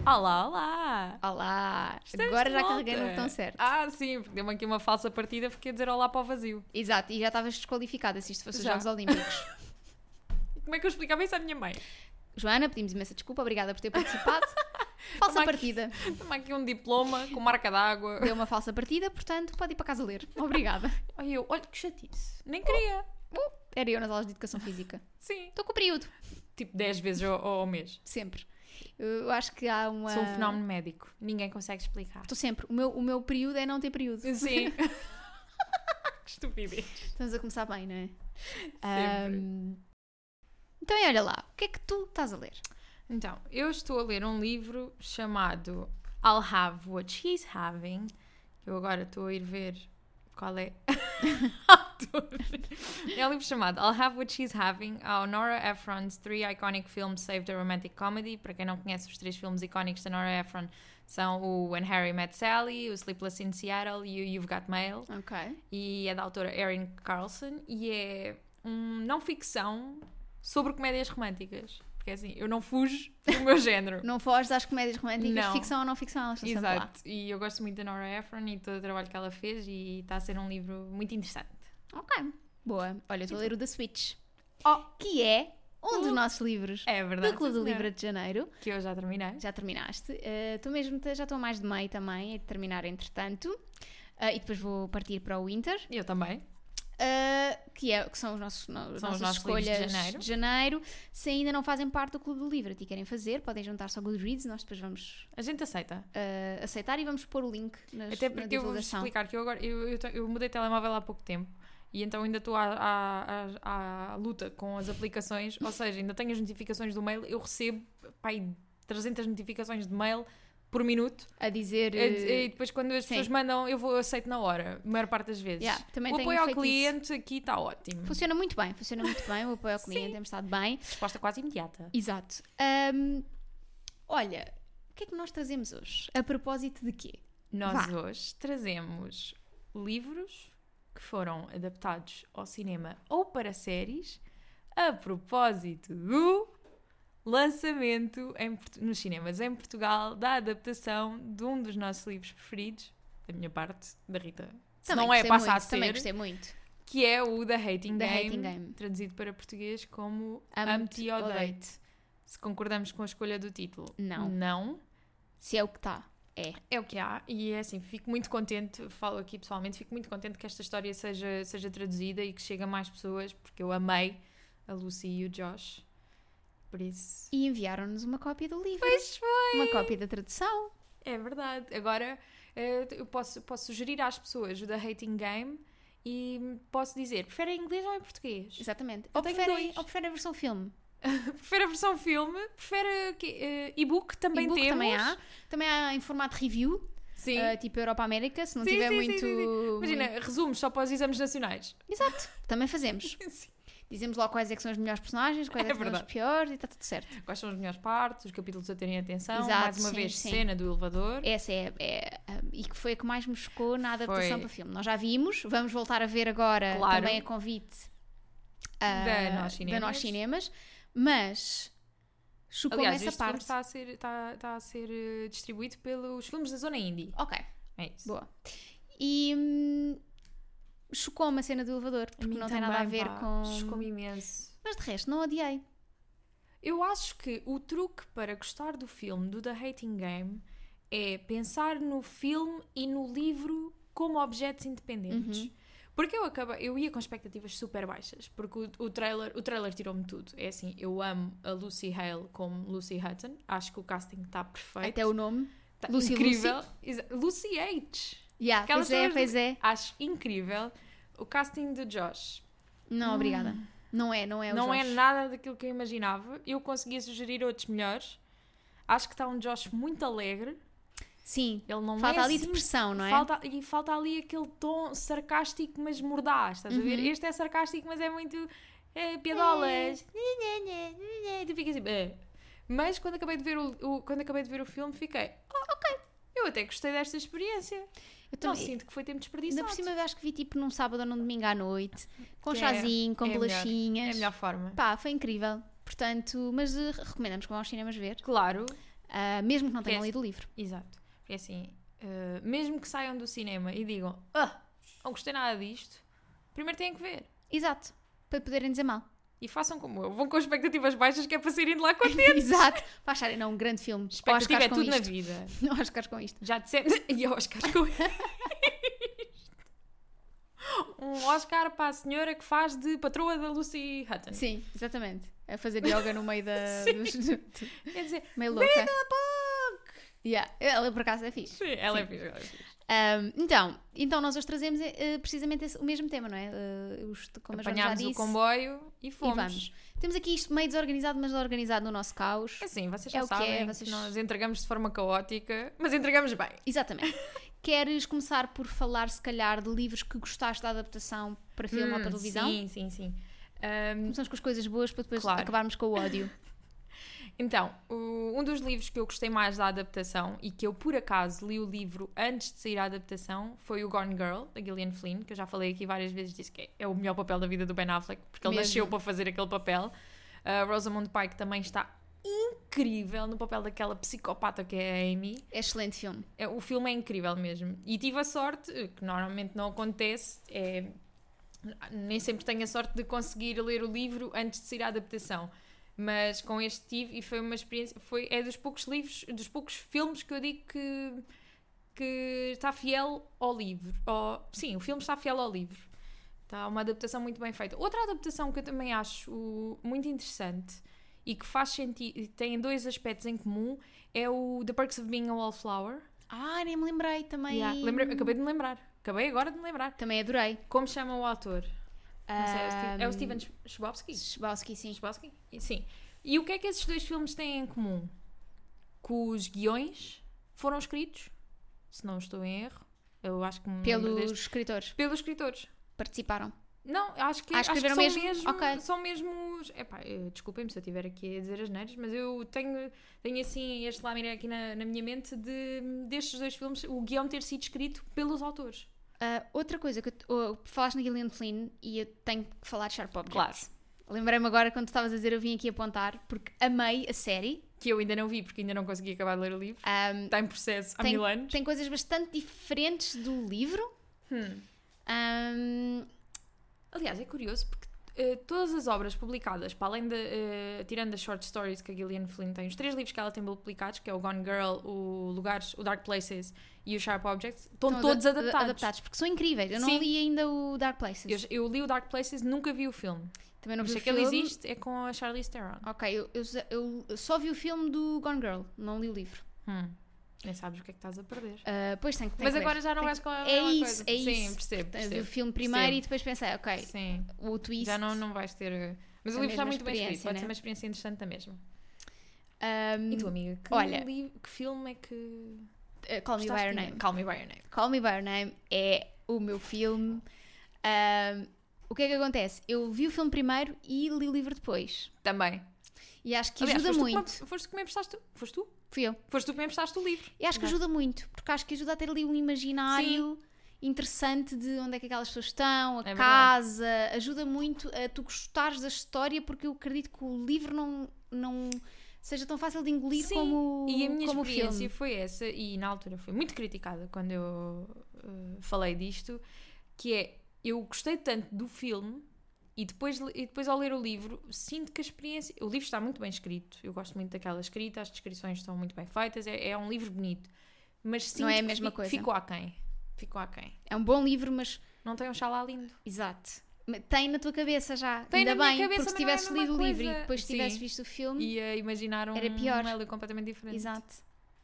Olá, olá! Olá! Estamos Agora de já volta. carreguei no botão certo. Sim, porque deu-me aqui uma falsa partida, fiquei a dizer olá para o vazio. Exato, e já estavas desqualificada se isto fosse os Já. Jogos Olímpicos. E como é que eu explicava isso à minha mãe? Joana, pedimos imensa desculpa, obrigada por ter participado. Falsa Toma aqui. partida. Toma aqui um diploma com marca d'água. Deu uma falsa partida, portanto pode ir para casa ler. Obrigada. Olha que chatice. Nem queria. Era eu nas aulas de Educação Física. Sim. Estou com o período. Tipo 10 vezes ao mês. Sempre. Eu acho que há uma... Sou um fenómeno médico. Ninguém consegue explicar. Estou sempre. O meu período é não ter período. Sim. Que estupidez. Estamos a começar bem, não é? Sempre. Então, e olha lá. O que é que tu estás a ler? Então, eu estou a ler um livro chamado I'll Have What She's Having. Eu agora estou a ir ver qual é a autora. É um livro chamado I'll Have What She's Having, ao Nora Ephron's Three Iconic Films Saved a Romantic Comedy. Para quem não conhece, os 3 filmes icónicos da Nora Ephron são o When Harry Met Sally, o Sleepless in Seattle e o You've Got Mail. Ok. E é da autora Erin Carlson e é não ficção sobre comédias românticas. Porque assim, eu não fujo do meu género. Não foges às comédias românticas, Não. ficção ou não ficção, elas estão sempre lá. Exato. E eu gosto muito da Nora Ephron e todo o trabalho que ela fez e está a ser um livro muito interessante. Ok, boa. Olha, eu estou a ler o The Switch, Oh, que é um dos nossos livros é verdade. do Clube sim, do senhora. Livro de Janeiro. Que eu já terminei. Já terminaste. Já estou a mais de meio também, é de terminar entretanto. E depois vou partir para o Winter, Eu também. que são os nossos, os nossas nossos livros de escolhas janeiro. janeiro. Se ainda não fazem parte do Clube do Livro e querem fazer, podem juntar-se ao Goodreads. Nós depois vamos A gente aceita. aceitar e vamos pôr o link na Até porque eu vou-vos divulgação. explicar que eu agora eu mudei de telemóvel há pouco tempo. E então ainda estou à luta com as aplicações, ou seja, ainda tenho as notificações do mail, eu recebo 300 notificações de mail por minuto, A dizer... e depois quando as sim. pessoas mandam, eu aceito na hora, a maior parte das vezes. Yeah, também O tenho apoio ao feito cliente aqui está ótimo. Funciona muito bem, o apoio ao cliente, temos estado bem. Resposta quase imediata. Exato. Olha, o que é que nós trazemos hoje? A propósito de quê? Nós Vá. hoje trazemos livros que foram adaptados ao cinema ou para séries a propósito do lançamento nos cinemas em Portugal da adaptação de um dos nossos livros preferidos, da minha parte, da Rita. Se Também não é, gostei passa muito, a ser, Também gostei muito. que é o The Hating The Game, Hating Game. traduzido para português como Amo-te Amo-te ou ou Odeio-te. Date. Se concordamos com a escolha do título. Não. Não. Se é o que está, é. É o que há, e é assim, fico muito contente, falo aqui pessoalmente, fico muito contente que esta história seja traduzida e que chegue a mais pessoas, porque eu amei a Lucy e o Josh, por isso... E enviaram-nos uma cópia do livro. Pois foi! Uma cópia da tradução. É verdade. Agora, eu posso sugerir às pessoas o The Hating Game e posso dizer, preferem em inglês ou em português? Exatamente. Eu Ou tenho preferem dois. a versão filme. Prefere a versão filme, prefere e-book, também E-book temos. Também há em formato review, Sim. tipo Europa América, se não Sim, tiver sim, muito... sim. Imagina, resumos só para os exames nacionais. Exato, também fazemos. Sim. Dizemos logo quais é que são os melhores personagens, quais é que são os verdade. piores e está tudo certo. Quais são as melhores partes, os capítulos a terem atenção, Exato, mais uma sim, vez, sim. cena do elevador. Essa e que foi a que mais me chocou na adaptação Foi. para filme. Nós já vimos, vamos voltar a ver agora Claro. também a convite Da Nós da Nós Cinemas. Cinemas, mas chocou-me Aliás, essa este filme parte. está a ser distribuído pelos filmes da Zona Indie. Ok, É isso. boa. E chocou-me a cena do elevador, A porque mim não tem nada a também, ver pá, com... chocou-me imenso. Mas de resto, não odiei. Eu acho que o truque para gostar do filme, do The Hating Game, é pensar no filme e no livro como objetos independentes. Uhum. Porque eu ia com expectativas super baixas, porque o trailer tirou-me tudo. É assim, eu amo a Lucy Hale como Lucy Hutton, acho que o casting está perfeito. Até o nome. Tá Lucy incrível. Lucy H. Yeah, Aquelas pois é, pessoas pois é. Acho incrível. O casting do Josh Não, obrigada. Não é o não é Josh. nada daquilo que eu imaginava. Eu conseguia sugerir outros melhores. Acho que está um Josh muito alegre. Sim, Ele não falta é ali assim, depressão, não é? Falta ali aquele tom sarcástico, mas mordaz, estás a ver? Este é sarcástico, mas é muito piadolas. Tu ficas assim, Mas quando acabei de ver o filme, fiquei, ok, eu até gostei desta experiência. Eu Não também, sinto que foi tempo ainda desperdiçado. por cima eu acho que vi tipo num sábado ou num domingo à noite, com Que chazinho, com é melhor. bolachinhas. É a melhor forma. Pá, foi incrível. Portanto, mas recomendamos que vão aos cinemas ver. Claro. mesmo que não tenham Yes. lido o livro. Exato. Porque assim, mesmo que saiam do cinema e digam não gostei nada disto, primeiro têm que ver. Exato. Para poderem dizer mal. E façam como eu. Vão com expectativas baixas que é para saírem de lá contentes. Exato. Para acharem, não, um grande filme. Expectativa Oscars é com tudo na isto. vida. Oscars com isto. Já dissemos. E Oscars com isto. Um Oscar para a senhora que faz de patroa da Lucy Hutton. Sim, exatamente. A fazer yoga no meio da... Quer dizer, meio louca. read the book! Yeah. Ela, por acaso, é fixe. Sim, ela é fixe, ela é fixe. Então nós hoje trazemos precisamente o mesmo tema, não é? Como a Joana já Apanhámos disse. o comboio e fomos. E vamos. Temos aqui isto meio desorganizado, mas organizado no nosso caos. É assim, vocês É já o que sabem é, que vocês- nós entregamos de forma caótica, mas entregamos bem. Exatamente. Queres começar por falar, se calhar, de livros que gostaste da adaptação para filme ou para televisão? Sim. Começamos com as coisas boas para depois Claro. acabarmos com o ódio. Então, um dos livros que eu gostei mais da adaptação e que eu, por acaso, li o livro antes de sair a adaptação foi o Gone Girl, da Gillian Flynn, que eu já falei aqui várias vezes, disse que é o melhor papel da vida do Ben Affleck, porque ele Mesmo. nasceu para fazer aquele papel. A Rosamund Pike também está incrível no papel daquela psicopata que é a Amy. É excelente filme. O filme é incrível mesmo. E tive a sorte, que normalmente não acontece, nem sempre tenho a sorte de conseguir ler o livro antes de sair a adaptação. Mas com este tive e foi uma experiência. É dos poucos livros, dos poucos filmes que eu digo que está fiel ao livro. Sim, o filme está fiel ao livro. Está uma adaptação muito bem feita. Outra adaptação que eu também acho muito interessante e que faz sentido, tem dois aspectos em comum, é o The Perks of Being a Wallflower. Nem me lembrei também. Acabei de me lembrar. Acabei agora de me lembrar. Também adorei. Como chama o autor? Não sei, é o Steven Chbosky? Chbosky, sim. Chbosky? Sim. E o que é que esses dois filmes têm em comum? Que os guiões foram escritos, se não estou em erro, eu acho que me lembro Pelos escritores. pelos escritores. Participaram. Não, acho que escreveram são mesmo? mesmo, Ok. são mesmos. Desculpem-me se eu estiver aqui a dizer as neiras, mas eu tenho assim este lamiré aqui na minha mente destes dois filmes, o guião ter sido escrito pelos autores. Outra coisa que falaste na Gillian Flynn e eu tenho que falar de Sharp Objects. Claro. Lembrei-me agora quando estavas a dizer, eu vim aqui apontar porque amei a série. Que eu ainda não vi porque ainda não consegui acabar de ler o livro. Está em processo há 1000 anos. Tem coisas bastante diferentes do livro. Aliás, é curioso porque todas as obras publicadas, para além tirando as short stories que a Gillian Flynn tem, os 3 livros que ela tem publicados, que é o Gone Girl, o Dark Places e o Sharp Objects, estão todos adaptados. Porque são incríveis. Eu não Sim. li ainda o Dark Places. Eu li o Dark Places, nunca vi o filme. Também não vi Sei o que ele filme. existe, é com a Charlize Theron. Ok, eu só vi o filme do Gone Girl, não li o livro. Nem sabes o que é que estás a perder. Pois tem que Mas ler. agora já não vais com a É mesma isso, coisa. é Sim, isso. percebo. Vi o filme primeiro percebo. e depois pensei, ok, Sim. o twist. Já não vais ter. Mas a o livro está mesma muito bem escrito, experiência, pode né? ser uma experiência interessante da mesma. Um, E tu, amiga, olha, que filme é que. Call Me By Your Name. Call Me By Your Name. Call Me By Your Name é o meu filme. O que é que acontece? Eu vi o filme primeiro e li o livro depois. Também. E acho que Aliás, ajuda foste muito. Foste tu que me emprestaste. Foste tu? Fui eu. Foste tu que me emprestaste o livro. E acho que ajuda muito, porque acho que ajuda a ter ali um imaginário interessante de onde é que aquelas pessoas estão, a É casa. Ajuda muito a tu gostares da história, porque eu acredito que o livro não seja tão fácil de engolir Sim, como, e a minha como o experiência filme. foi essa, e na altura foi muito criticada quando eu falei disto, que é, eu gostei tanto do filme e depois ao ler o livro sinto que a experiência, o livro está muito bem escrito, eu gosto muito daquela escrita, as descrições estão muito bem feitas, é um livro bonito, mas sinto Não é a que mesma coisa. ficou aquém. É um bom livro, mas Não tem um xalá lindo. exato. Tem na tua cabeça já. Tem Ainda na minha bem, cabeça, porque se mas não é a tivesse mesma lido o livro e coisa. depois Sim. tivesse visto o filme, E a imaginar Era pior. um Hélio completamente diferente. exato.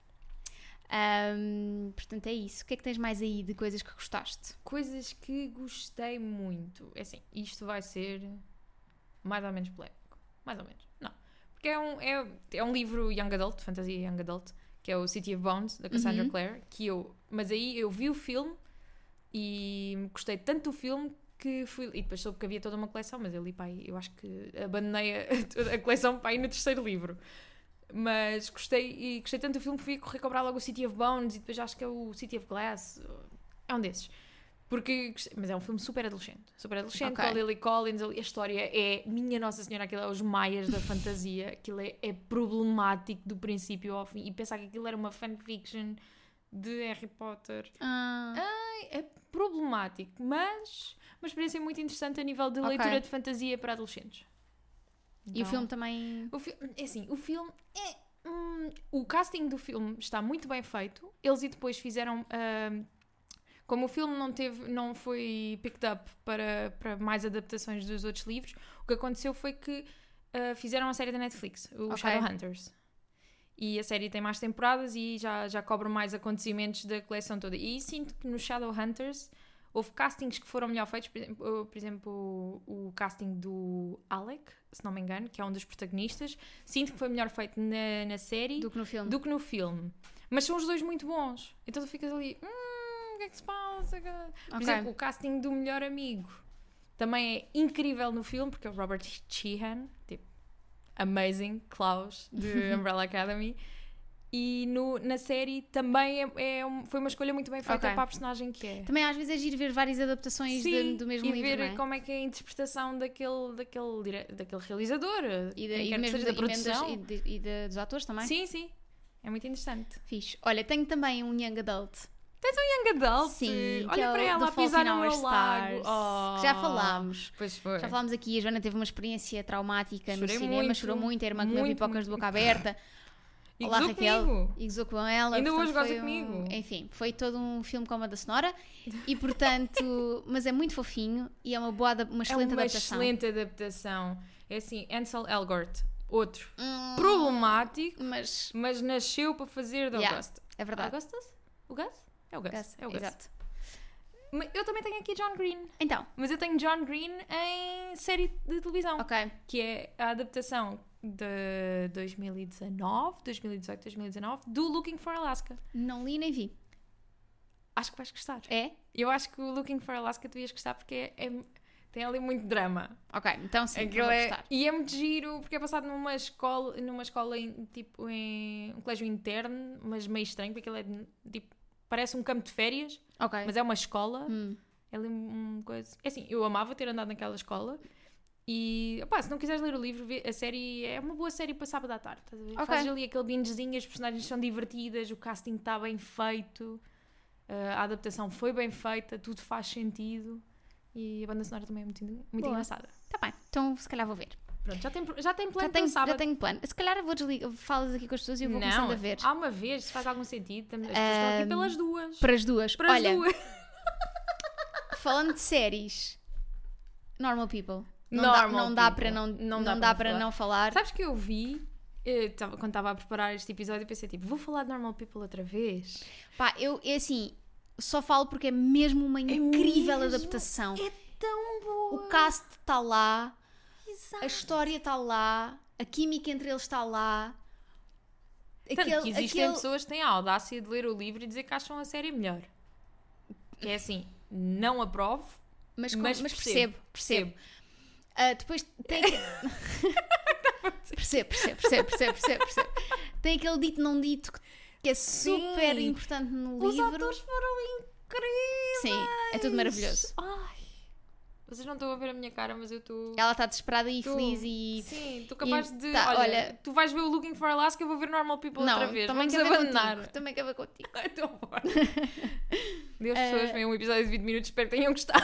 Portanto é isso. O que é que tens mais aí de coisas que gostaste? Coisas que gostei muito. É assim, isto vai ser mais ou menos polémico. Mais ou menos. Não. Porque é um livro young adult, fantasia young adult, que é o City of Bones, da Cassandra Clare, mas aí eu vi o filme e gostei tanto do filme que fui... E depois soube que havia toda uma coleção, mas eu li para aí, eu acho que abandonei a coleção para aí no 3º livro. Mas gostei tanto do filme que fui correr comprar logo o City of Bones e depois acho que é o City of Glass. É um desses. Mas é um filme super adolescente. Super adolescente, Ok. com a Lily Collins. A história é, minha Nossa Senhora, aquilo é os maias da fantasia. Aquilo é problemático do princípio ao fim. E pensar que aquilo era uma fanfiction de Harry Potter. É problemático, mas uma experiência muito interessante a nível de Ok. leitura de fantasia para adolescentes. E o Então, filme também... é assim, o filme o casting do filme está muito bem feito. Eles depois fizeram... como o filme não foi picked up para mais adaptações dos outros livros, o que aconteceu foi que fizeram a série da Netflix, o Ok. Shadowhunters. E a série tem mais temporadas e já cobre mais acontecimentos da coleção toda. E sinto que no Shadowhunters houve castings que foram melhor feitos. Por exemplo, o casting do Alec, se não me engano, que é um dos protagonistas. Sinto que foi melhor feito na série Do que no filme. do que no filme. Mas são os dois muito bons. Então tu ficas ali... o que é que se passa? Por Ok. exemplo, o casting do melhor amigo também é incrível no filme, porque é o Robert Sheehan, tipo, amazing, Klaus, de Umbrella Academy. E na série também foi uma escolha muito bem feita Ok. para a personagem que é. Também às vezes é giro ver várias adaptações Sim, do mesmo e livro, ver não é? como é que é a interpretação daquele realizador, E, quem quer que mesmo seja da e mesmo produção. dos atores também. Sim, sim. É muito interessante. Fixe. Olha, tenho também um Young Adult. Young Adult. Sim, que Olha é para o ela The a Fault pisar in no Our meu lago. Stars, que já falámos. Pois foi. Já falámos aqui, a Joana teve uma experiência traumática Chorei no cinema, muito, chorou muito, a irmã comeu muito, pipocas de muito. boca aberta. E Olá, gozou Raquel. comigo. E gozou com ela. Ainda portanto, hoje goza foi comigo. Enfim, foi todo um filme com a banda sonora e, portanto, mas é muito fofinho e é uma excelente É uma adaptação. excelente adaptação. É assim, Ansel Elgort, outro problemático, Mas mas nasceu para fazer de Yeah, Augusta. é verdade. Augustus? O Gus? É o Gus. Gus, É o Gus. exato. Mas eu também tenho aqui John Green. Então, Mas eu tenho John Green em série de televisão. ok. Que é a adaptação de 2019, 2018, 2019 do Looking for Alaska. Não li nem vi. Acho que vais gostar. É? Eu acho que o Looking for Alaska tu ias gostar porque tem ali muito drama. Ok, então sim, Aquilo vou gostar. e é muito giro porque é passado numa escola tipo em um colégio interno, mas meio estranho, porque aquilo é tipo, parece um campo de férias, Ok. mas é uma escola. Hum. É ali uma coisa. É assim, eu amava ter andado naquela escola. E, opá, se não quiseres ler o livro, a série é uma boa série para sábado à tarde. Estás a ver? Ok. Fazes ali aquele bingezinho, as personagens são divertidas, o casting está bem feito, a adaptação foi bem feita, tudo faz sentido e a banda sonora também é muito Boa. engraçada. Tá bem, então se calhar vou ver. Pronto, já tem plano Já para sábado. já tenho plano. Se calhar eu vou desligar, falas aqui com as pessoas e eu vou começando a ver. Há uma vez, se faz algum sentido, as pessoas estão aqui pelas duas. Para as duas. Para as Olha, duas. falando de séries, Normal People. Normal não dá People. para Não não dá dá para para não falar. Sabes que eu vi, quando estava a preparar este episódio, eu pensei tipo, vou falar de Normal People outra vez. Pá, é assim, só falo porque é mesmo uma incrível mesmo. adaptação. É tão boa. O cast está lá, Exato. a história está lá, a química entre eles está lá. Tanto que existem pessoas que têm a audácia de ler o livro e dizer que acham a série melhor. Que é assim, não aprovo, Mas percebo. percebo. Depois tem percebo. Tem aquele dito não dito que é super Sim. importante no Os livro. atores foram incríveis. Sim, é tudo maravilhoso. Ai, vocês não estão a ver a minha cara, mas eu estou... Ela está desesperada e feliz e Sim, estou capaz de... tá, olha, tu vais ver o Looking for Alaska, eu vou ver Normal People não, outra vez. também Vamos quero ver abandonar. contigo. Também quero ver contigo. Então, bora. Deus, pessoas veem um episódio de 20 minutos, espero que tenham gostado.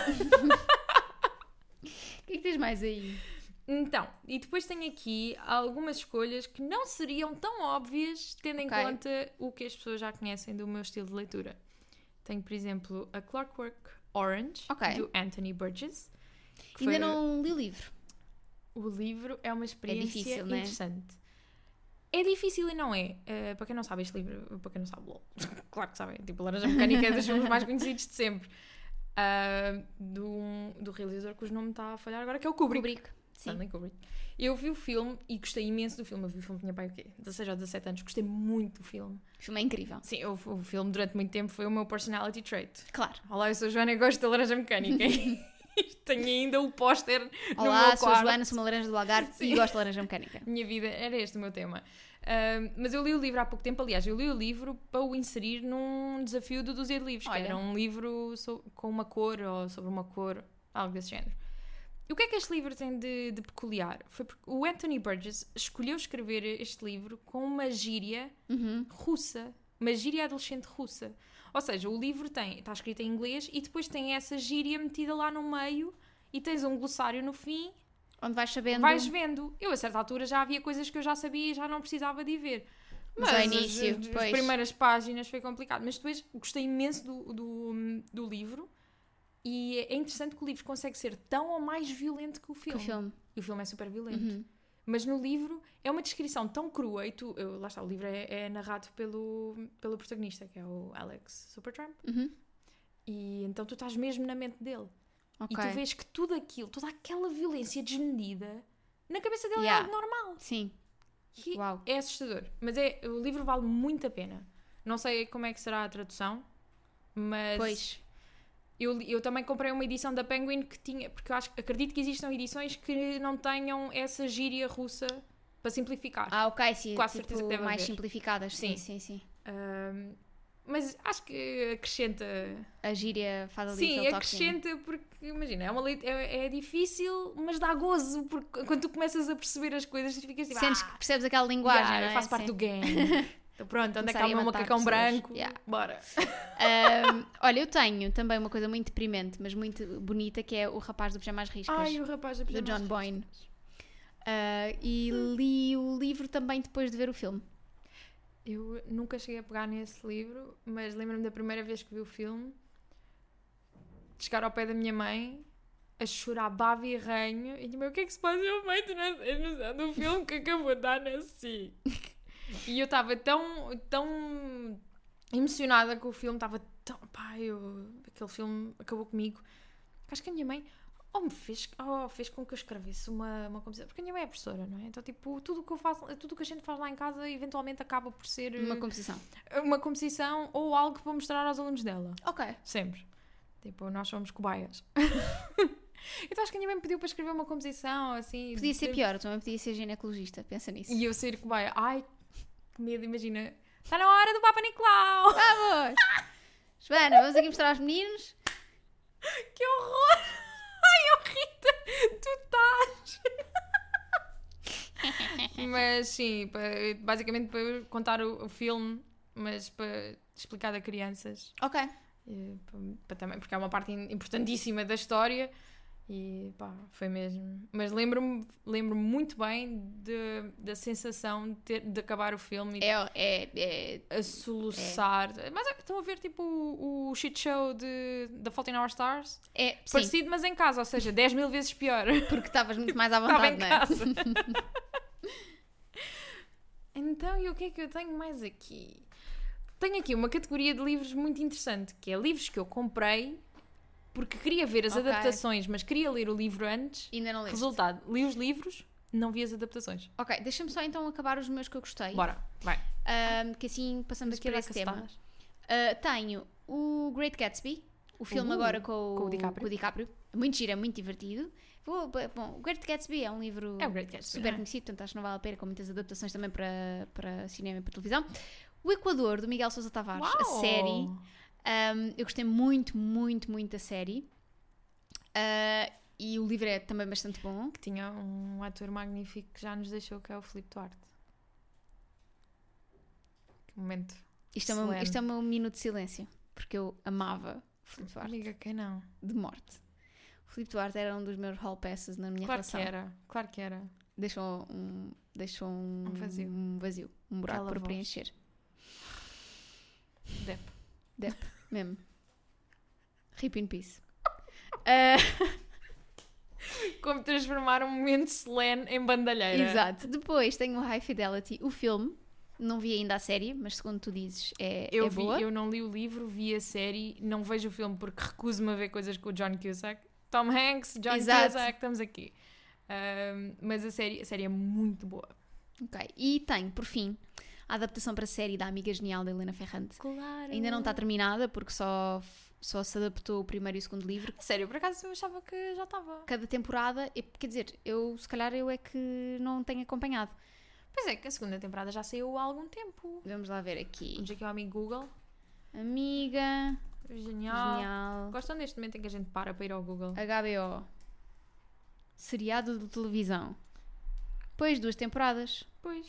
O que é que tens mais aí? Então, e depois tenho aqui algumas escolhas que não seriam tão óbvias, tendo em Ok. conta o que as pessoas já conhecem do meu estilo de leitura. Tenho, por exemplo, A Clockwork Orange, Ok. do Anthony Burgess. que Ainda foi- não li o livro. O livro é uma experiência difícil, não é? interessante. É difícil e não é. Para quem não sabe, este livro, para quem não sabe, LOL, claro que sabem, tipo, Laranja Mecânica é dos filmes mais conhecidos de sempre. Do realizador cujo nome está a falhar agora, que é o Kubrick. Sim. Stanley Kubrick. Eu vi o filme e gostei imenso do filme. Eu vi o filme, tinha pai o quê? 16 ou 17 anos. Gostei muito do filme. O filme é incrível. Sim, o filme durante muito tempo foi o meu personality trait. Claro. Olá, eu sou a Joana e gosto da Laranja Mecânica. Tenho ainda o póster no Olá, meu sou a quarto. Joana, sou uma laranja do Algarve Sim. e gosto de laranja mecânica. Minha vida era este o meu tema. Mas eu li o livro há pouco tempo. Aliás, eu li o livro para o inserir num desafio do Dúzia de Livros, que era um livro com uma cor ou sobre uma cor, algo desse género. E o que é que este livro tem de peculiar? Foi porque o Anthony Burgess escolheu escrever este livro com uma gíria russa, uma gíria adolescente russa. Ou seja, o livro está escrito em inglês e depois tem essa gíria metida lá no meio e tens um glossário no fim. Onde vais sabendo. Vais vendo. Eu, a certa altura, já havia coisas que eu já sabia e já não precisava de ir ver. Mas ao início, as primeiras páginas foi complicado. Mas depois gostei imenso do livro. E é interessante que o livro consegue ser tão ou mais violento que o filme. E o filme é super violento. Mas no livro é uma descrição tão crua. E lá está, o livro é narrado pelo protagonista, que é o Alex Supertramp. E então tu estás mesmo na mente dele. Okay. E tu vês que tudo aquilo, toda aquela violência desmedida, na cabeça dele é algo normal. Sim. E é assustador. Mas o livro vale muito a pena. Não sei como é que será a tradução, mas... Pois. Eu também comprei uma edição da Penguin que tinha... Porque eu acredito que existam edições que não tenham essa gíria russa para simplificar. Ok, sim. Quase certeza que deve mais haver. simplificadas. Sim. Mas acho que acrescenta... A gíria faz ali Sim, acrescenta porque, imagina, é difícil, mas dá gozo, porque quando tu começas a perceber as coisas, tu ficas tipo... Sentes que percebes aquela linguagem, não é? Eu faço parte do game. Então pronto, onde é que há o meu macacão branco? Bora. Olha, eu tenho também uma coisa muito deprimente, mas muito bonita, que é O Rapaz do Pijama às Riscas. Ai, O Rapaz do Pijama do John Boyne. E li o livro também depois de ver o filme. Eu nunca cheguei a pegar nesse livro, mas lembro-me da primeira vez que vi o filme, de chegar ao pé da minha mãe, a chorar baba e ranho, e dizer, o que é que se passa? Mãe, tu não és noção do filme que acabou de dar na SIC. E eu estava tão emocionada com o filme, estava tão... aquele filme acabou comigo. Acho que a minha mãe fez com que eu escrevesse uma composição. Porque a minha mãe é professora, não é? Então, tipo, tudo o que a gente faz lá em casa, eventualmente acaba por ser... Uma composição. Uma composição ou algo para mostrar aos alunos dela. Ok. Sempre. Tipo, nós somos cobaias. Então acho que a minha mãe me pediu para escrever uma composição, assim... Podia ser pior, também podia ser ginecologista, pensa nisso. E eu ser cobaia. Ai, que medo, imagina. Está na hora do Papa Nicolau! Vamos! Joana, vamos aqui mostrar aos meninos. Que horror! Ai, oh Rita, tu estás! Mas sim, basicamente para contar o filme, mas para explicar a crianças. Ok. Também, porque é uma parte importantíssima da história. E foi mesmo. Mas lembro-me muito bem da sensação de acabar o filme e a soluçar. Mas estão a ver tipo o shit show da Fault in Our Stars? Parecido, sim. Mas em casa, ou seja, 10 mil vezes pior. Porque estavas muito mais à vontade, não é? Estava em casa. Então, e o que é que eu tenho mais aqui? Tenho aqui uma categoria de livros muito interessante, que é livros que eu comprei porque queria ver as adaptações, mas queria ler o livro antes. Ainda não leste. Resultado, li os livros, não vi as adaptações. Ok, deixa-me só então acabar os meus que eu gostei. Bora, vai. Que assim passamos aqui para esse tema. Tenho o Great Gatsby, o filme agora com o DiCaprio. Muito giro, é muito divertido. Bom, o Great Gatsby é um livro super conhecido, portanto acho que não vale a pena, com muitas adaptações também para cinema e para televisão. O Equador, do Miguel Sousa Tavares, a série. Eu gostei muito, muito, muito da série. E o livro é também bastante bom. Que tinha um ator magnífico que já nos deixou, que é o Filipe Duarte. Que momento. Isto é o meu minuto de silêncio, porque eu amava o Filipe Duarte. Liga quem não. De morte. O Filipe Duarte era um dos meus hall passes na minha relação. Claro que era. Deixou um vazio. Um buraco para preencher. Depp, mesmo. Rip in peace. Como transformar um momento solene em bandalheira. Exato. Depois tenho o High Fidelity, o filme. Não vi ainda a série, mas segundo tu dizes, é boa. Eu não li o livro, vi a série, não vejo o filme porque recuso-me a ver coisas com o John Cusack. Tom Hanks, John Cusack, estamos aqui. Mas a série é muito boa. Ok. E tenho, por fim, a adaptação para a série da Amiga Genial da Helena Ferrante. Claro. Ainda não está terminada porque só se adaptou o primeiro e o segundo livro. Sério, por acaso eu achava que já estava. Cada temporada, quer dizer, se calhar eu é que não tenho acompanhado. Pois é, que a segunda temporada já saiu há algum tempo. Vamos lá ver aqui. Vamos aqui ao amigo Google. Amiga. Genial. Gostam deste momento em que a gente para ir ao Google? HBO. Seriado de televisão. Pois, 2 temporadas. Pois.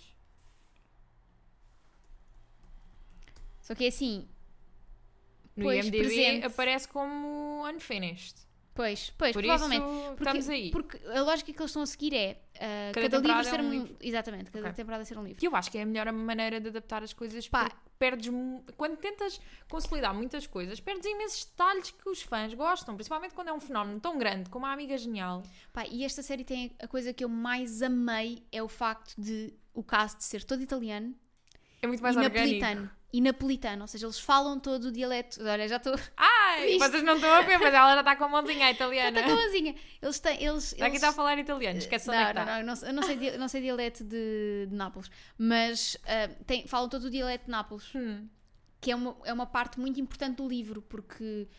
Só que é assim... No pois, IMDb presente. aparece como unfinished. Pois, Por provavelmente. isso, estamos aí. Porque a lógica que eles estão a seguir é Cada livro temporada ser é um livro. Exatamente, cada Ok. temporada ser um livro. Que eu acho que é a melhor maneira de adaptar as coisas. Pá. Porque perdes... Quando tentas consolidar muitas coisas, perdes imensos detalhes que os fãs gostam. Principalmente quando é um fenómeno tão grande como a Amiga Genial. Pá, e esta série tem a coisa que eu mais amei é o facto de o cast ser todo italiano É muito mais e orgânico. napolitano. Ou seja, eles falam todo o dialeto. Olha, já estou... Ai, Isto. vocês não estão a ver, mas ela já está com a mãozinha Já italiana. está com a mãozinha. Eles Já aqui está a falar italiano, esquece onde é que está. eu não sei dialeto de Nápoles, mas falam todo o dialeto de Nápoles, que é uma parte muito importante do livro, porque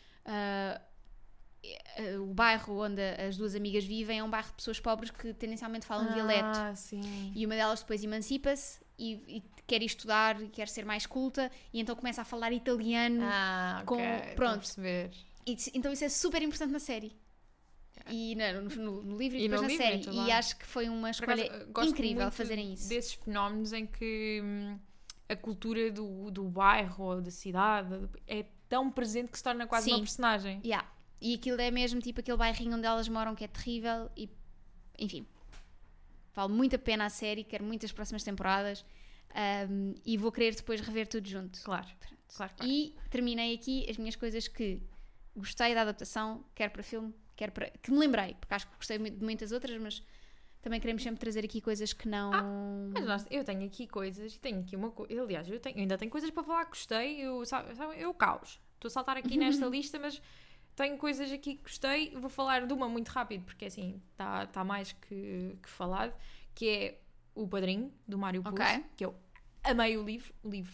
o bairro onde as duas amigas vivem é um bairro de pessoas pobres que tendencialmente falam dialeto. Sim. E uma delas depois emancipa-se e quer ir estudar e quer ser mais culta, e então começa a falar italiano. Ok. Pronto. Perceber. Então isso é super importante na série. E no livro e depois no na livro, série. então, E acho que foi uma escolha Gosto incrível muito fazerem isso. desses fenómenos em que a cultura do bairro ou da cidade é tão presente que se torna quase uma personagem. Yeah. E aquilo é mesmo tipo aquele bairrinho onde elas moram que é terrível e enfim, vale muito a pena a série, quero muitas próximas temporadas e vou querer depois rever tudo junto. Claro. E terminei aqui as minhas coisas que gostei da adaptação, quer para filme, quer para... que me lembrei, porque acho que gostei de muitas outras, mas também queremos sempre trazer aqui coisas que não... Mas eu tenho aqui coisas e tenho aqui uma coisa. Aliás, eu ainda tenho coisas para falar que gostei. Eu caos. Estou a saltar aqui nesta lista, mas tenho coisas aqui que gostei. Vou falar de uma muito rápido, porque assim está mais que falado, que é O Padrinho, do Mário Puzo, que eu amei o livro.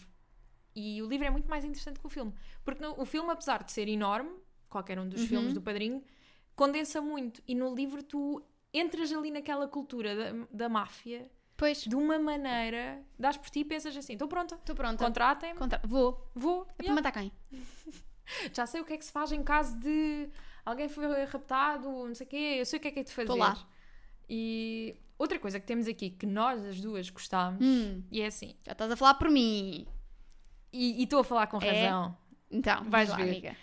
E o livro é muito mais interessante que o filme. Porque o filme, apesar de ser enorme, qualquer um dos filmes do Padrinho, condensa muito. E no livro tu entras ali naquela cultura da máfia, pois, de uma maneira, dás por ti e pensas assim, estou pronta. Contratem-me. Vou. É para matar quem? Já sei o que é que se faz em caso de alguém foi raptado, não sei o quê, eu sei o que é de fazer. Estou lá. E outra coisa que temos aqui, que nós as duas gostámos, e é assim... Já estás a falar por mim. E estou a falar com razão. Então, vais lá, ver. amiga.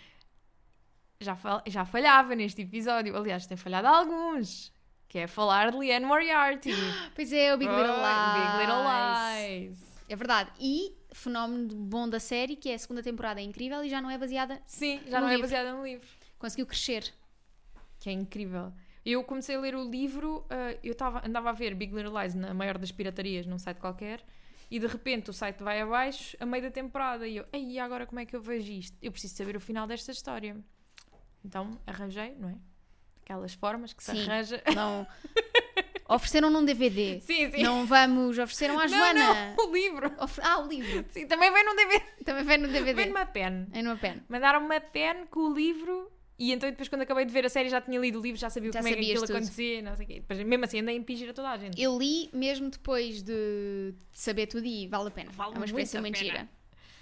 Já falhava neste episódio, aliás, tem falhado alguns, que é falar de Liane Moriarty. Pois é, o Big Little Lies. Big Little Lies. É verdade. E fenómeno bom da série, que é a segunda temporada é incrível e já não é baseada já no não livro. é baseada no livro. Conseguiu crescer. Que é incrível. Eu comecei a ler o livro, andava a ver Big Little Lies na maior das piratarias, num site qualquer, e de repente o site vai abaixo a meio da temporada e eu, ei, agora como é que eu vejo isto? Eu preciso saber o final desta história. Então arranjei, não é? Aquelas formas que se arranja. Não... Ofereceram num DVD. Sim. Não vamos... Ofereceram à Joana. Não, o livro. O livro. Sim, também vem num DVD. Também vem no DVD. Vem numa pen. É numa pen. Mandaram-me uma pen com o livro e então depois quando acabei de ver a série já tinha lido o livro, já sabia como é que aquilo acontecia, não sei o quê. Depois, mesmo assim andei a impingir a toda a gente. Eu li mesmo depois de saber tudo e vale a pena. Vale é uma experiência muito pena. gira.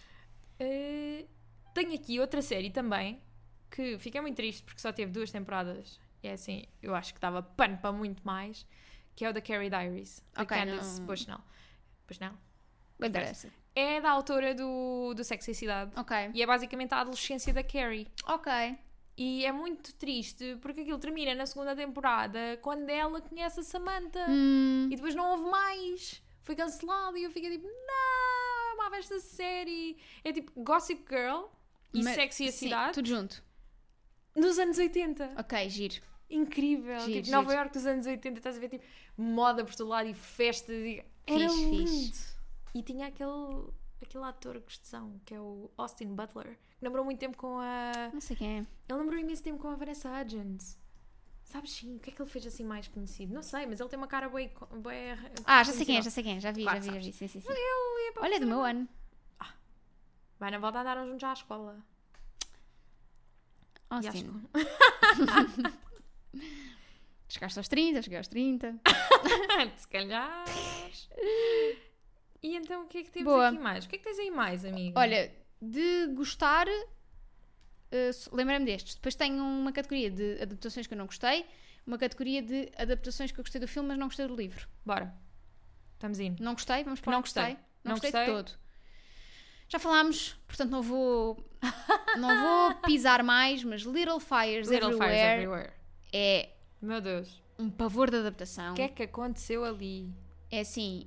Tenho aqui outra série também que fiquei muito triste porque só teve 2 temporadas e é assim, eu acho que dava pano para muito mais, que é o The Carrie Diaries, da Candace Bushnell. Não interessa. É da autora do Sexo e Cidade. E é basicamente a adolescência da Carrie. E é muito triste porque aquilo termina na segunda temporada quando ela conhece a Samantha e depois não houve mais, foi cancelado e eu fiquei tipo, não, amava esta série. É tipo Gossip Girl e Sexo e a Cidade, tudo junto nos anos 80. Giro. Incrível. Giro, tipo, Nova York dos anos 80, estás a ver tipo moda por todo lado e festas e... era lindo. E tinha aquele ator gostosão, que é o Austin Butler, que namorou muito tempo com a... Não sei quem é. Ele namorou imenso tempo com a Vanessa Hudgens. Sabes sim, o que é que ele fez assim mais conhecido? Não sei, mas ele tem uma cara bué... Já sei quem é. Já vi. Sim. Olha, é do meu ano. Vai na volta, andaram juntos já à escola. Chegaste aos 30, cheguei aos 30. Se calhar. E então o que é que temos Boa. aqui mais? O que é que tens aí mais, amiga? Olha, de gostar, lembrei-me destes. Depois tenho uma categoria de adaptações que eu não gostei, uma categoria de adaptações que eu gostei do filme, mas não gostei do livro. Bora. Estamos indo. Não gostei? Vamos para Não o gostei. gostei. Não Não gostei de gostei. todo. Já falámos, portanto não vou pisar mais, mas Little Fires Everywhere é Meu Deus. um pavor de adaptação. O que é que aconteceu ali? É assim...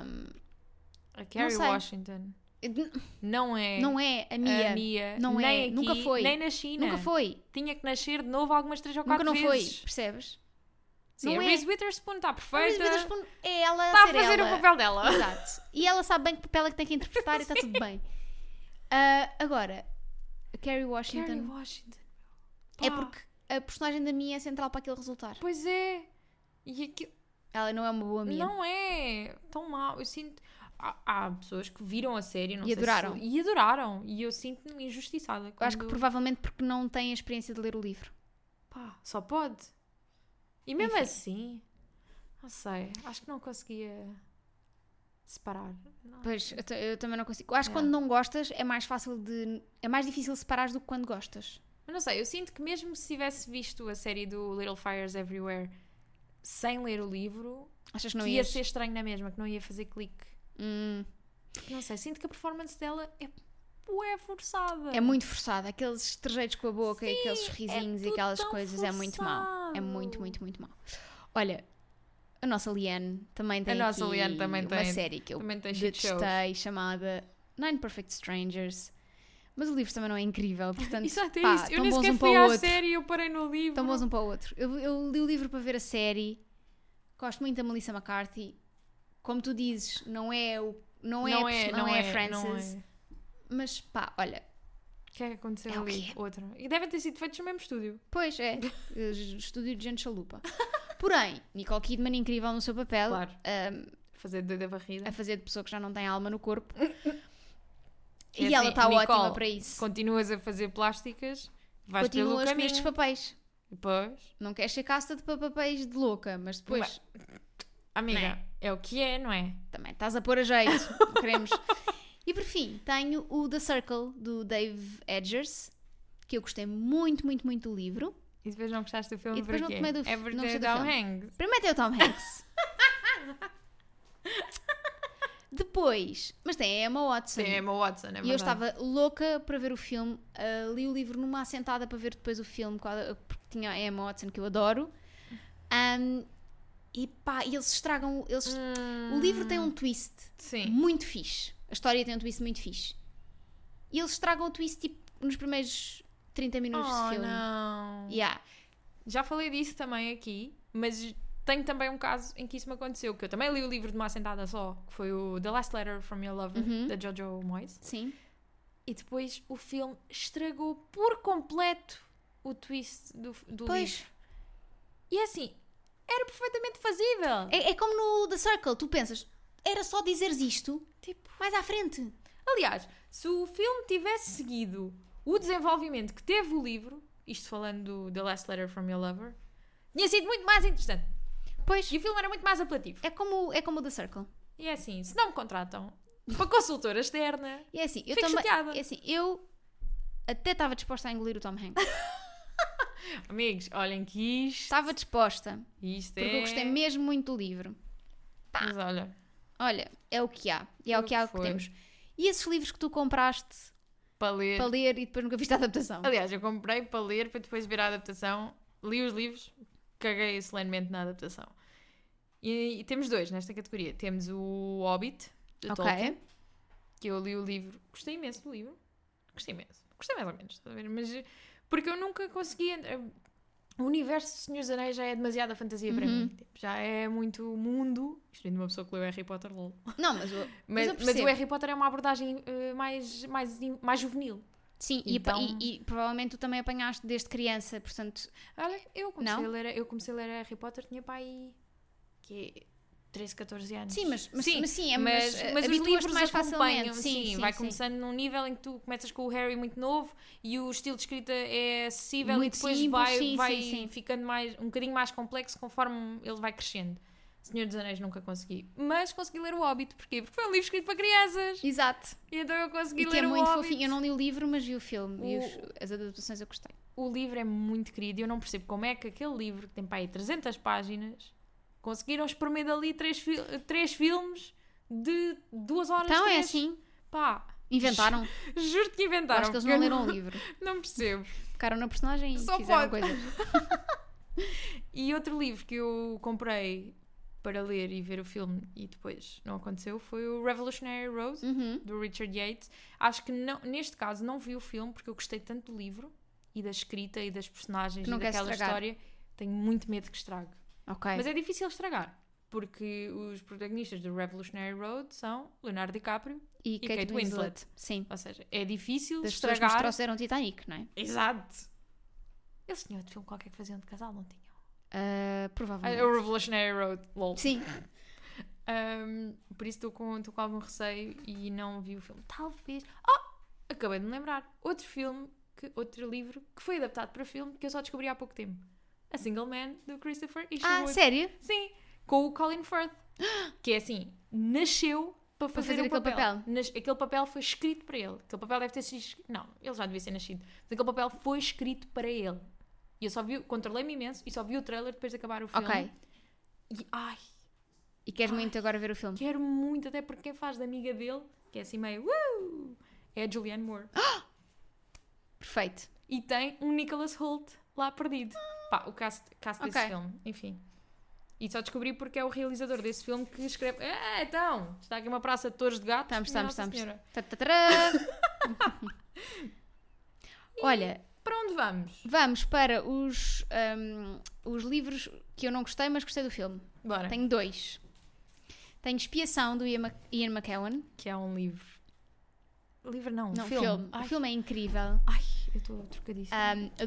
A Kerry sei. Washington não é Não é a Mia. Não nem é. aqui, Nunca foi. nem na China. Nunca foi. Tinha que nascer de novo algumas 3 ou Nunca 4 não foi. vezes. Percebes? Sim, não a é. Reese Witherspoon está A Reese perfeita. Witherspoon é ela Está a ser fazer ela. o papel dela. Exato. E ela sabe bem que papel é que tem que interpretar e está tudo bem. Agora, a Kerry Washington, Kerry Washington. é Pá. porque a personagem da Mia é central para aquele resultar. Pois é. E aquilo... Ela não é uma boa Mia. Não é tão mal. Eu sinto... Há pessoas que viram a série não E sei adoraram. E adoraram. E eu sinto-me injustiçada. Eu acho que provavelmente porque não tem a experiência de ler o livro. Pá, só pode. E mesmo Enfim. assim... Não sei. Acho que não conseguia separar. Não. Pois, eu também não consigo. Eu acho que quando não gostas é mais fácil de... É mais difícil separares do que quando gostas. Mas não sei. Eu sinto que mesmo se tivesse visto a série do Little Fires Everywhere sem ler o livro... Achas que não que ia ias? ser estranho na mesma. Que não ia fazer clique. Hum, Não sei, sinto que a performance dela é bué forçada. é muito forçada. Aqueles trejeitos com a boca e Sim, aqueles sorrisinhos e tudo aquelas tão coisas é muito mau. É forçado. muito, muito, muito mau. Olha, a nossa Liane também tem A nossa aqui Liane também uma tem- série que eu também tem shit shows. detestei chamada Nine Perfect Strangers. Mas o livro também não é incrível, portanto, Exato, é pá, isso. Eu tão nem bons sequer um para fui o à outro. série, eu parei no livro. Tão bons um para o outro. Eu li o livro para ver a série. Gosto muito da Melissa McCarthy. Como tu dizes, não é a Frances. é. Mas pá, olha, O que é que aconteceu É o ali? quê? Outra. E devem ter sido feitos no mesmo estúdio. pois é, estúdio de gente chalupa. Porém, Nicole Kidman incrível no seu papel, Claro. Fazer da varrida. a fazer de pessoa que já não tem alma no corpo. É E assim, ela está Nicole, ótima para isso. Continuas a fazer plásticas, vais pelo Continuas com caminho. estes papéis. Depois, Não queres ser casta de papéis de louca, mas depois amiga, Não é? é o que é, não é? também estás a pôr a jeito. Não queremos. E por fim, tenho o The Circle, do Dave Edgers, que eu gostei muito, muito, muito do livro. E depois não gostaste do filme E depois não porquê? tomei do- É não porque gostei é do Tom filme. Hanks. Primeiro tem o Tom Hanks. Depois, mas tem a Emma Watson. Sim, é Emma Watson, é verdade. E eu estava louca para ver o filme. Li o livro numa assentada para ver depois o filme, porque tinha a Emma Watson, que eu adoro. E pá, eles estragam. O livro tem um twist Sim. muito fixe. A história tem um twist muito fixe. E eles estragam o twist tipo nos primeiros 30 minutos de filme. Não. Yeah. Já falei disso também aqui, mas tenho também um caso em que isso me aconteceu, que eu também li o livro de uma assentada só, que foi o The Last Letter from Your Lover, da Jojo Moyes, Sim. e depois o filme estragou por completo o twist do Pois. livro. E é assim, era perfeitamente fazível. É como no The Circle. Tu pensas, era só dizeres isto Tipo, mais à frente. aliás, se o filme tivesse seguido o desenvolvimento que teve o livro, isto falando do The Last Letter from Your Lover, tinha sido muito mais interessante. Pois. E o filme era muito mais apelativo. É como o The Circle. E é assim, se não me contratam para consultora externa, E é assim, eu Fico também. chateada. É assim, eu até estava disposta a engolir o Tom Hanks. amigos, olhem que Estava disposta. isto Porque é... eu gostei mesmo muito do livro. Mas olha, Olha, é o que há. E é o que há que Foi. temos. E esses livros que tu compraste para ler... para ler e depois nunca viste a adaptação? Aliás, eu comprei para ler, para depois ver a adaptação, li os livros, caguei solenemente na adaptação. E temos dois nesta categoria. Temos o Hobbit, de Ok. Tolkien, que eu li o livro. Gostei imenso do livro. Gostei imenso. Gostei mais ou menos, estás a ver? Mas porque eu nunca conseguia... O universo dos Senhores dos Anéis já é demasiada fantasia para mim. Tipo, já é muito mundo. Isto vem de uma pessoa que leu Harry Potter, lol. Não, mas eu Mas percebo. o Harry Potter é uma abordagem mais juvenil. Sim, Então- e provavelmente tu também apanhaste desde criança, portanto... Olha, eu comecei, Não? a ler Harry Potter, tinha pai que 13, 14 anos. Sim, mas os livros mais acompanham. facilmente. Sim, vai começando num nível em que tu começas com o Harry muito novo e o estilo de escrita é acessível muito e depois simples, vai ficando um bocadinho mais complexo conforme ele vai crescendo. Senhor dos Anéis nunca consegui. Mas consegui ler o Hobbit. Porquê? Porque foi um livro escrito para crianças. Exato. E então eu consegui ler o Hobbit. E que é muito fofinho. Eu não li o livro, mas vi o filme. E as adaptações eu gostei. O livro é muito querido e eu não percebo como é que aquele livro, que tem para aí 300 páginas, conseguiram espremer dali 3 filmes de 2 horas. Então é assim. Pá. Inventaram. Juro-te que inventaram. Acho que eles não leram o livro. Não percebo. Ficaram na personagem e Só fizeram pode. coisas. E outro livro que eu comprei para ler e ver o filme e depois não aconteceu foi o Revolutionary Road, do Richard Yates. Acho que não, neste caso não vi o filme porque eu gostei tanto do livro e da escrita e das personagens e daquela história. Tenho muito medo que estrague. Okay. Mas é difícil estragar porque os protagonistas do Revolutionary Road são Leonardo DiCaprio e Kate Winslet. Sim. Ou seja, é difícil das estragar. pessoas que nos trouxeram Titanic, não é? Exato. Eles tinham outro filme qualquer que faziam de casal, não tinham? Provavelmente. O Revolutionary Road, lol. Sim. Por isso estou com algum receio e não vi o filme. Talvez... acabei de me lembrar. Outro livro que foi adaptado para filme que eu só descobri há pouco tempo. A Single Man, do Christopher Isherwood. Sério? Sim. Com o Colin Firth. Que é assim, nasceu para fazer aquele papel. Aquele papel foi escrito para ele. Aquele papel deve ter sido escrito... Não, ele já devia ser nascido. Mas aquele papel foi escrito para ele. E eu só controlei-me imenso e só vi o trailer depois de acabar o filme. Ok. E queres muito agora ver o filme? Quero muito, até porque quem faz da amiga dele, que é assim meio... é a Julianne Moore. Perfeito. E tem um Nicholas Hoult lá perdido. Pá, o cast desse filme. Enfim. E só descobri porque é o realizador desse filme que escreve... então, está aqui uma praça de touros de gato. Estamos. Olha... Para onde vamos? Vamos para os livros que eu não gostei, mas gostei do filme. Bora. Tenho 2. Tenho Expiação, do Ian McKellen. Que é um livro. Livro não, não filme. O filme é incrível. Ai, eu estou trocadíssima.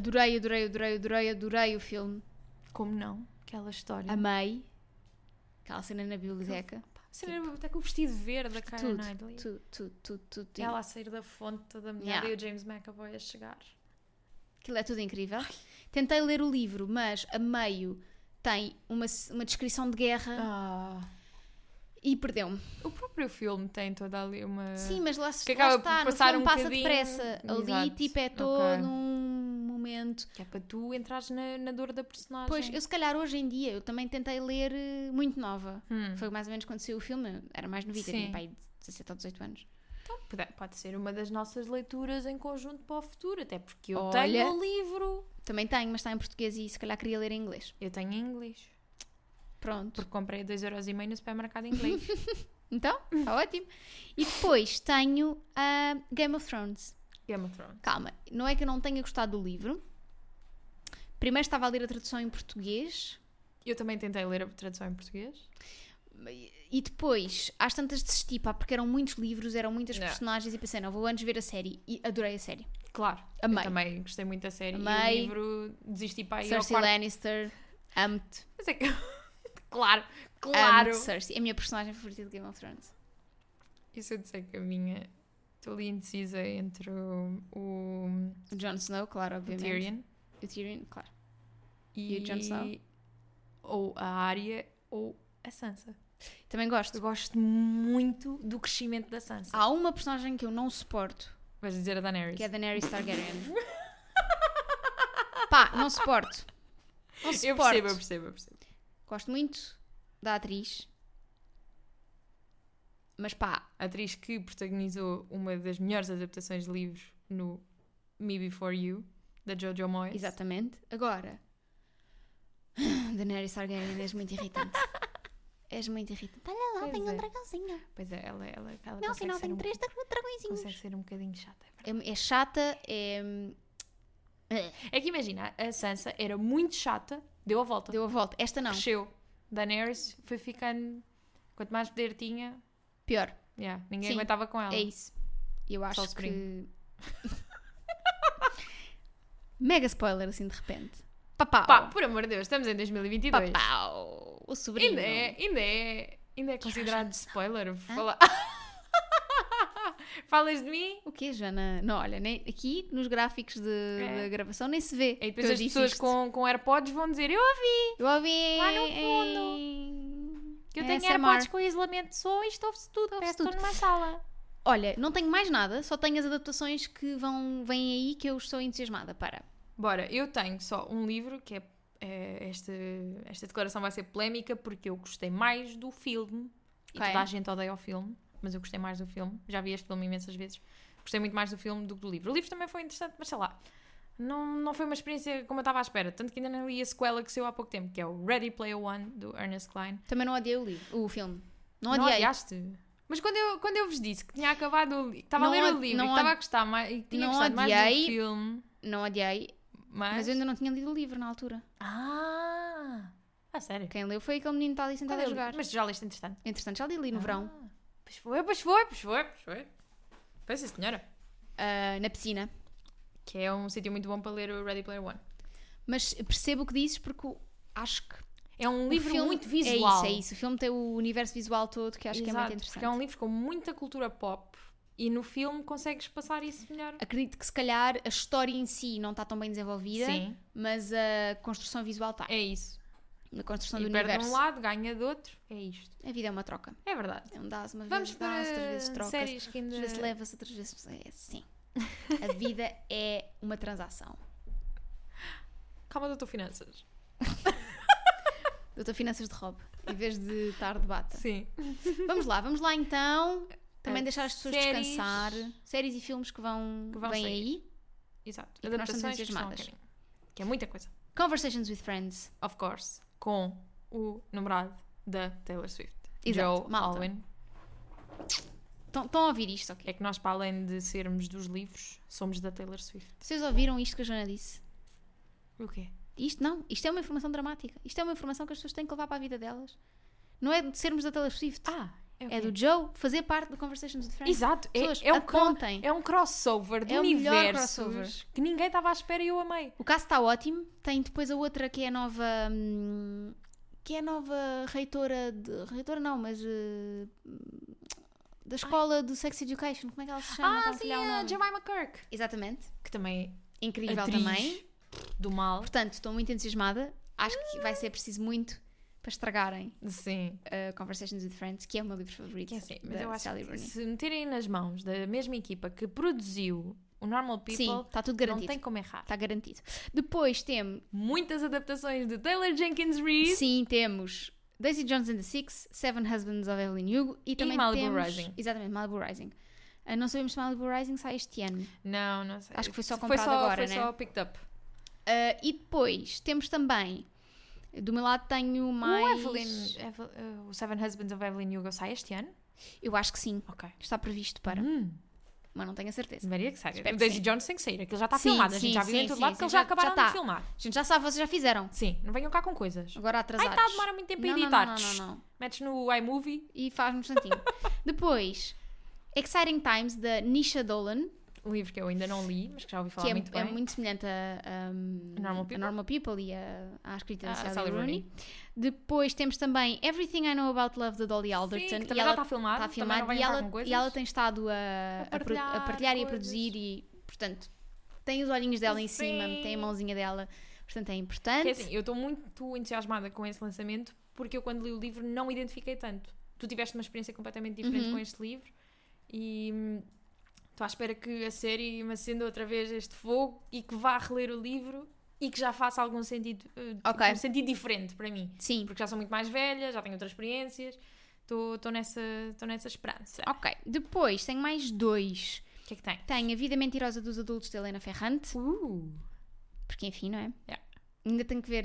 Adorei o filme. Como não? Aquela história. Amei. Aquela cena na biblioteca. Cena na biblioteca, o vestido verde da Keira Knightley. Tudo. Ela a sair da fonte toda molhada e o James McAvoy a chegar. Aquilo é tudo incrível. Tentei ler o livro, mas a meio tem uma descrição de guerra e perdeu-me. O próprio filme tem toda ali uma... Sim, mas lá que acaba está, por passar no filme passa bocadinho... depressa. Ali, tipo, é todo um momento... Que é para tu entrares na dor da personagem. Pois, eu se calhar hoje em dia, eu também tentei ler muito nova. Foi mais ou menos quando saiu o filme, era mais novita, tinha pai de 17 ou 18 anos. Então, pode ser uma das nossas leituras em conjunto para o futuro, até porque eu tenho o livro. Também tenho, mas está em português e se calhar queria ler em inglês. Eu tenho em inglês. Pronto. Porque comprei 2,5€ no supermercado em inglês. Então, está ótimo. E depois tenho Game of Thrones. Game of Thrones. Calma, não é que eu não tenha gostado do livro. Primeiro estava a ler a tradução em português. Eu também tentei ler a tradução em português. E depois, às tantas desisti, porque eram muitos livros, eram muitas personagens e pensei, não, vou antes ver a série. E adorei a série. Claro. Amei. Eu também gostei muito da série. Amei. E o livro desisti para ir Cersei ao quarto. Lannister, amo-te. Mas é que... claro. Amo-te, Cersei. É a minha personagem favorita de Game of Thrones. E se eu disser que a minha... Estou ali indecisa entre o Jon Snow, claro, obviamente. O Tyrion, claro. E o Jon Snow? Ou a Arya ou a Sansa. Também gosto. Eu gosto muito do crescimento da Sansa. Há uma personagem que eu não suporto. Vais dizer a Daenerys. Que é a Daenerys Targaryen. Pá, não suporto. Não suporto. Eu percebo. Gosto muito da atriz. Mas pá. A atriz que protagonizou uma das melhores adaptações de livros no Me Before You, da Jojo Moyes. Exatamente. Agora, Daenerys Targaryen és muito irritante. És muito irritante. Olha lá, tem um dragãozinho. Pois é, ela não, afinal tem 3 dragõezinhos. Consegue ser um bocadinho chata. É chata, É que imagina, a Sansa era muito chata, deu a volta. Esta não. Cresceu. Daenerys foi ficando... Quanto mais poder tinha... Pior. Ninguém aguentava com ela. É isso. Eu acho que... Mega spoiler, assim, de repente. Papau. Pá, por amor de Deus, estamos em 2022. Papau. o sobrinho. Ainda é considerado spoiler. Falas de mim? O quê, Joana? Não, olha, aqui nos gráficos da gravação nem se vê. E depois as pessoas com AirPods vão dizer: Eu ouvi lá no fundo. Que eu tenho AirPods com isolamento de som e estou-se tudo. Parece que estou numa sala. Olha, não tenho mais nada, só tenho as adaptações que vêm aí que eu estou entusiasmada para. Bora, eu tenho só um livro que esta declaração vai ser polémica porque eu gostei mais do filme. E toda a gente odeia o filme, mas eu gostei mais do filme. Já vi este filme imensas vezes. Gostei muito mais do filme do que do livro. O livro também foi interessante, mas sei lá, não foi uma experiência como eu estava à espera. Tanto que ainda não li a sequela que saiu há pouco tempo, que é o Ready Player One, do Ernest Cline. Também não odiei o filme. Não odiaste? Mas quando eu vos disse que tinha acabado o livro, estava a ler o livro e estava a gostar mais, e tinha gostado mais do filme. Não odiei, mas eu ainda não tinha lido o livro na altura. Sério? Quem leu foi aquele menino que está ali sentado a jogar. Mas tu já leste entretanto? Entretanto, já li no verão. Pois foi. Pois sim, senhora. Na piscina. Que é um sítio muito bom para ler o Ready Player One. Mas percebo o que dizes porque acho que é um livro muito visual. É isso. O filme tem o universo visual todo que acho que é muito interessante. Porque é um livro com muita cultura pop e no filme consegues passar isso melhor. Acredito que se calhar a história em si não está tão bem desenvolvida, sim, mas a construção visual está. É isso. A construção e do universo. Perde de um lado, ganha do outro. É isto. A vida é uma troca. É verdade. É um dás, uma vez dás, outras vezes trocas. Séries que ainda... Às vezes leva-se, outras vezes... É assim. A vida é uma transação. Calma, doutor Finanças. Doutor Finanças de Rob, em vez de estar de bata. Sim. Vamos lá então. Também deixar as pessoas descansar. Séries e filmes que vêm aí. Exato. E adaptações entusiasmadas. Que é muita coisa. Conversations with Friends. Of course. Com o namorado da Taylor Swift. Exato. Joe Alwyn. Estão a ouvir isto, ok? É que nós, para além de sermos dos livros, somos da Taylor Swift. Vocês ouviram isto que a Joana disse? O quê? Isto não. Isto é uma informação dramática. Isto é uma informação que as pessoas têm que levar para a vida delas. Não é de sermos da Taylor Swift. É do Joe fazer parte do Conversations with Friends. Exato. É um crossover de universos que ninguém estava à espera e eu amei. O caso está ótimo. Tem depois a outra que é a nova... que é a nova reitora não, mas... da escola do Sex Education. Como é que ela se chama? Sim, a Jemima Kirk. Exatamente. Que também... Incrível atriz também. Do mal. Portanto, estou muito entusiasmada. Acho que vai ser preciso muito para estragarem Conversations with Friends, que é o meu livro favorito. Mas eu acho que se meterem nas mãos da mesma equipa que produziu o Normal People, sim, está tudo garantido. Não tem como errar. Está garantido. Depois temos... muitas adaptações de Taylor Jenkins Reid. Sim, temos Daisy Jones and the Six, Seven Husbands of Evelyn Hugo e também Malibu temos... Rising. Exatamente, Malibu Rising. Não sabemos se Malibu Rising sai este ano. Não sei. Acho que foi só comprado agora, né? Foi só picked up. E depois temos também... Do meu lado tenho mais... O Seven Husbands of Evelyn Hugo sai este ano? Eu acho que sim. Ok. Está previsto para... Mas não tenho a certeza. Deveria que saia. O Daisy Jones tem que sair. Aquilo já está filmado. A gente já viu em todo lado que eles já acabaram de filmar. A gente já sabe, vocês já fizeram. Sim. Não venham cá com coisas. Agora atrasados. Demora muito tempo a editar. Não. Metes no iMovie. E faz um instantinho. Depois, Exciting Times, da Nisha Dolan. Um livro que eu ainda não li, mas que já ouvi falar muito bem. É muito semelhante a Normal People e à escrita da Sally Rooney. Depois temos também Everything I Know About Love, da Dolly Alderton. Sim, que também já está filmado. Está filmado e ela tem estado a partilhar e a produzir e, portanto, tem os olhinhos dela em cima, tem a mãozinha dela. Portanto, é importante. Que é assim, eu estou muito entusiasmada com esse lançamento porque eu, quando li o livro, não me identifiquei tanto. Tu tiveste uma experiência completamente diferente com este livro e... estou à espera que a série me acenda outra vez este fogo e que vá reler o livro e que já faça algum sentido, um sentido diferente para mim. Sim. Porque já sou muito mais velha, já tenho outras experiências, estou nessa esperança. Ok. Depois tenho mais 2. O que é que tem? Tenho A Vida Mentirosa dos Adultos, de Helena Ferrante. Porque enfim, não é? Yeah. Ainda tenho que ver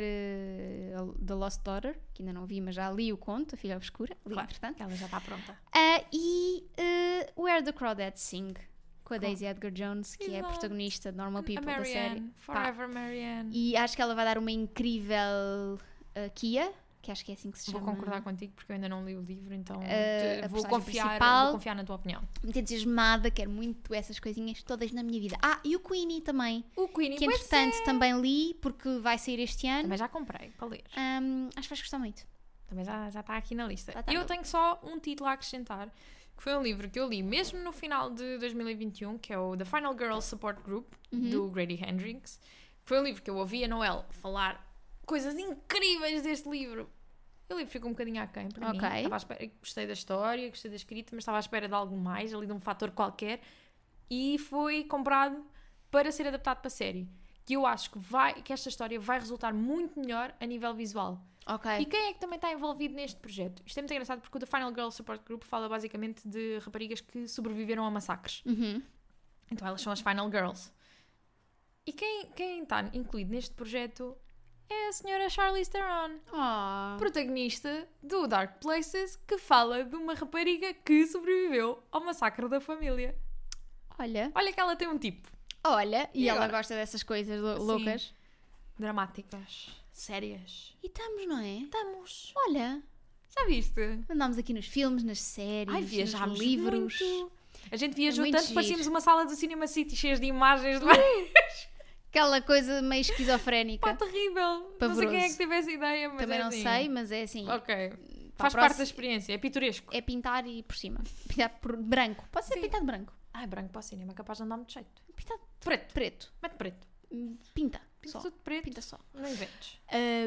The Lost Daughter, que ainda não vi, mas já li o conto, A Filha Obscura. Li, claro, entretanto. Ela já está pronta. E Where the Crawdads Sing, com a Daisy Edgar Jones, que é a protagonista de Normal People da série. Forever Marianne. E acho que ela vai dar uma incrível Kia, que acho que é assim que se chama. Vou concordar contigo porque eu ainda não li o livro, então vou confiar na tua opinião. Muito entusiasmada, quero muito essas coisinhas todas na minha vida. E o Queenie também. O Queenie, que entretanto também li, porque vai sair este ano. Também já comprei, para ler. Acho que vais gostar muito. Também já está aqui na lista. Tá E eu tenho só um título a acrescentar, que foi um livro que eu li mesmo no final de 2021, que é o The Final Girl Support Group, do Grady Hendrix. Foi um livro que eu ouvi a Noel falar coisas incríveis deste livro. O livro ficou um bocadinho aquém para mim. Estava à espera, gostei da história, gostei da escrita, mas estava à espera de algo mais, ali de um fator qualquer. E foi comprado para ser adaptado para a série. Que eu acho que esta história vai resultar muito melhor a nível visual. Ok. E quem é que também está envolvido neste projeto? Isto é muito engraçado porque o The Final Girl Support Group fala basicamente de raparigas que sobreviveram a massacres. Então elas são as Final Girls. E quem está incluído neste projeto é a senhora Charlize Theron, protagonista do Dark Places, que fala de uma rapariga que sobreviveu ao massacre da família. Olha que ela tem um tipo. E ela gosta dessas coisas loucas. Sim. Dramáticas, sérias. E estamos, não é? Estamos. Olha, já viste? Andámos aqui nos filmes, nas séries, viajámos nos livros. Muito. A gente viajou muito tanto que parecíamos uma sala do Cinema City cheia de imagens. Aquela coisa meio esquizofrénica. Terrível. Pavoroso. Não sei quem é que teve essa ideia, mas também é não assim. sei, mas é assim. Ok. Faz parte da experiência, é pitoresco. É pintar e por cima. Pintar por branco. Pode ser pintado branco. Branco para o cinema, capaz de não dar muito jeito. Pintado preto. Mete preto. Pinta Pinta só. tudo preto. Pinta só. Não inventes.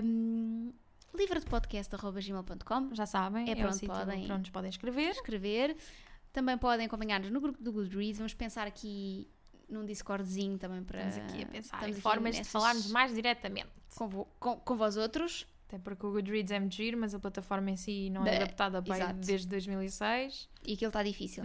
livrodepodcast@gmail.com. Já sabem, É para o onde sítio podem para onde nos podem escrever. Também podem acompanhar-nos no grupo do Goodreads. Vamos pensar aqui num Discordzinho também para... Estamos aqui a pensar em formas de falarmos mais diretamente. Com vós outros. Até porque o Goodreads é muito giro, mas a plataforma em si não é adaptada para desde 2006. E aquilo está difícil.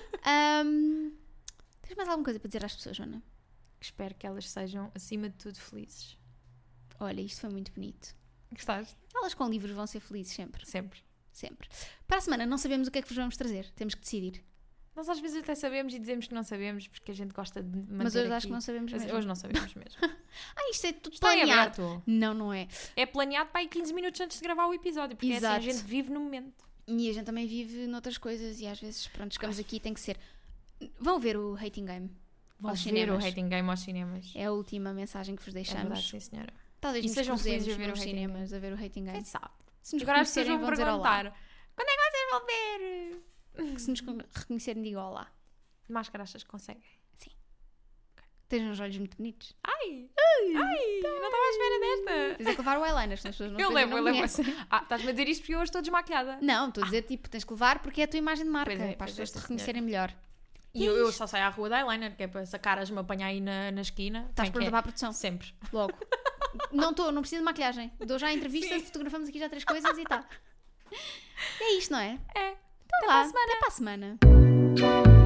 Tens mais alguma coisa para dizer às pessoas, Joana? Espero que elas sejam, acima de tudo, felizes. Olha, isto foi muito bonito. Gostaste? Elas com livros vão ser felizes sempre. Sempre. Para a semana não sabemos o que é que vos vamos trazer. Temos que decidir. Nós às vezes até sabemos e dizemos que não sabemos porque a gente gosta de manter Mas hoje aqui. acho que não sabemos mesmo. Hoje não sabemos mesmo. Isto é tudo Está planeado. aberto. Não é. É planeado para aí 15 minutos antes de gravar o episódio. Porque é assim, a gente vive no momento. E a gente também vive noutras coisas e às vezes, pronto, chegamos aqui e tem que ser... Vão ver o Hating Game. Vão ver o Hating Game aos cinemas. É a última mensagem que vos deixamos. É verdade, sim, senhora. Talvez e nos sejam felizes a ver nos cinemas a ver o Hating Game. Quem sabe? Se nos Agora as pessoas reconhecerem, vão vão dizer olá. perguntar: quando é que vocês vão ver? Que se nos reconhecerem, digam olá. Máscara achas que conseguem? Sim. Tens uns olhos muito bonitos. Ai, não estava à espera desta. Tens que levar o eyeliner, senão as pessoas não Eu levo. conhecem. Estás-me a dizer isto porque eu hoje estou desmaquilhada. Não, estou a dizer, tipo, tens que levar porque é a tua imagem de marca. Pois é, para as pessoas te sim, reconhecerem melhor. E eu só saio à rua de eyeliner, que é para sacaras-me apanhar aí na esquina. Estás pronta para a produção? Sempre. Logo. Não preciso de maquilhagem. Dou já a entrevista, fotografamos aqui já 3 coisas e tá. É isto, não é? É. Então até para a semana.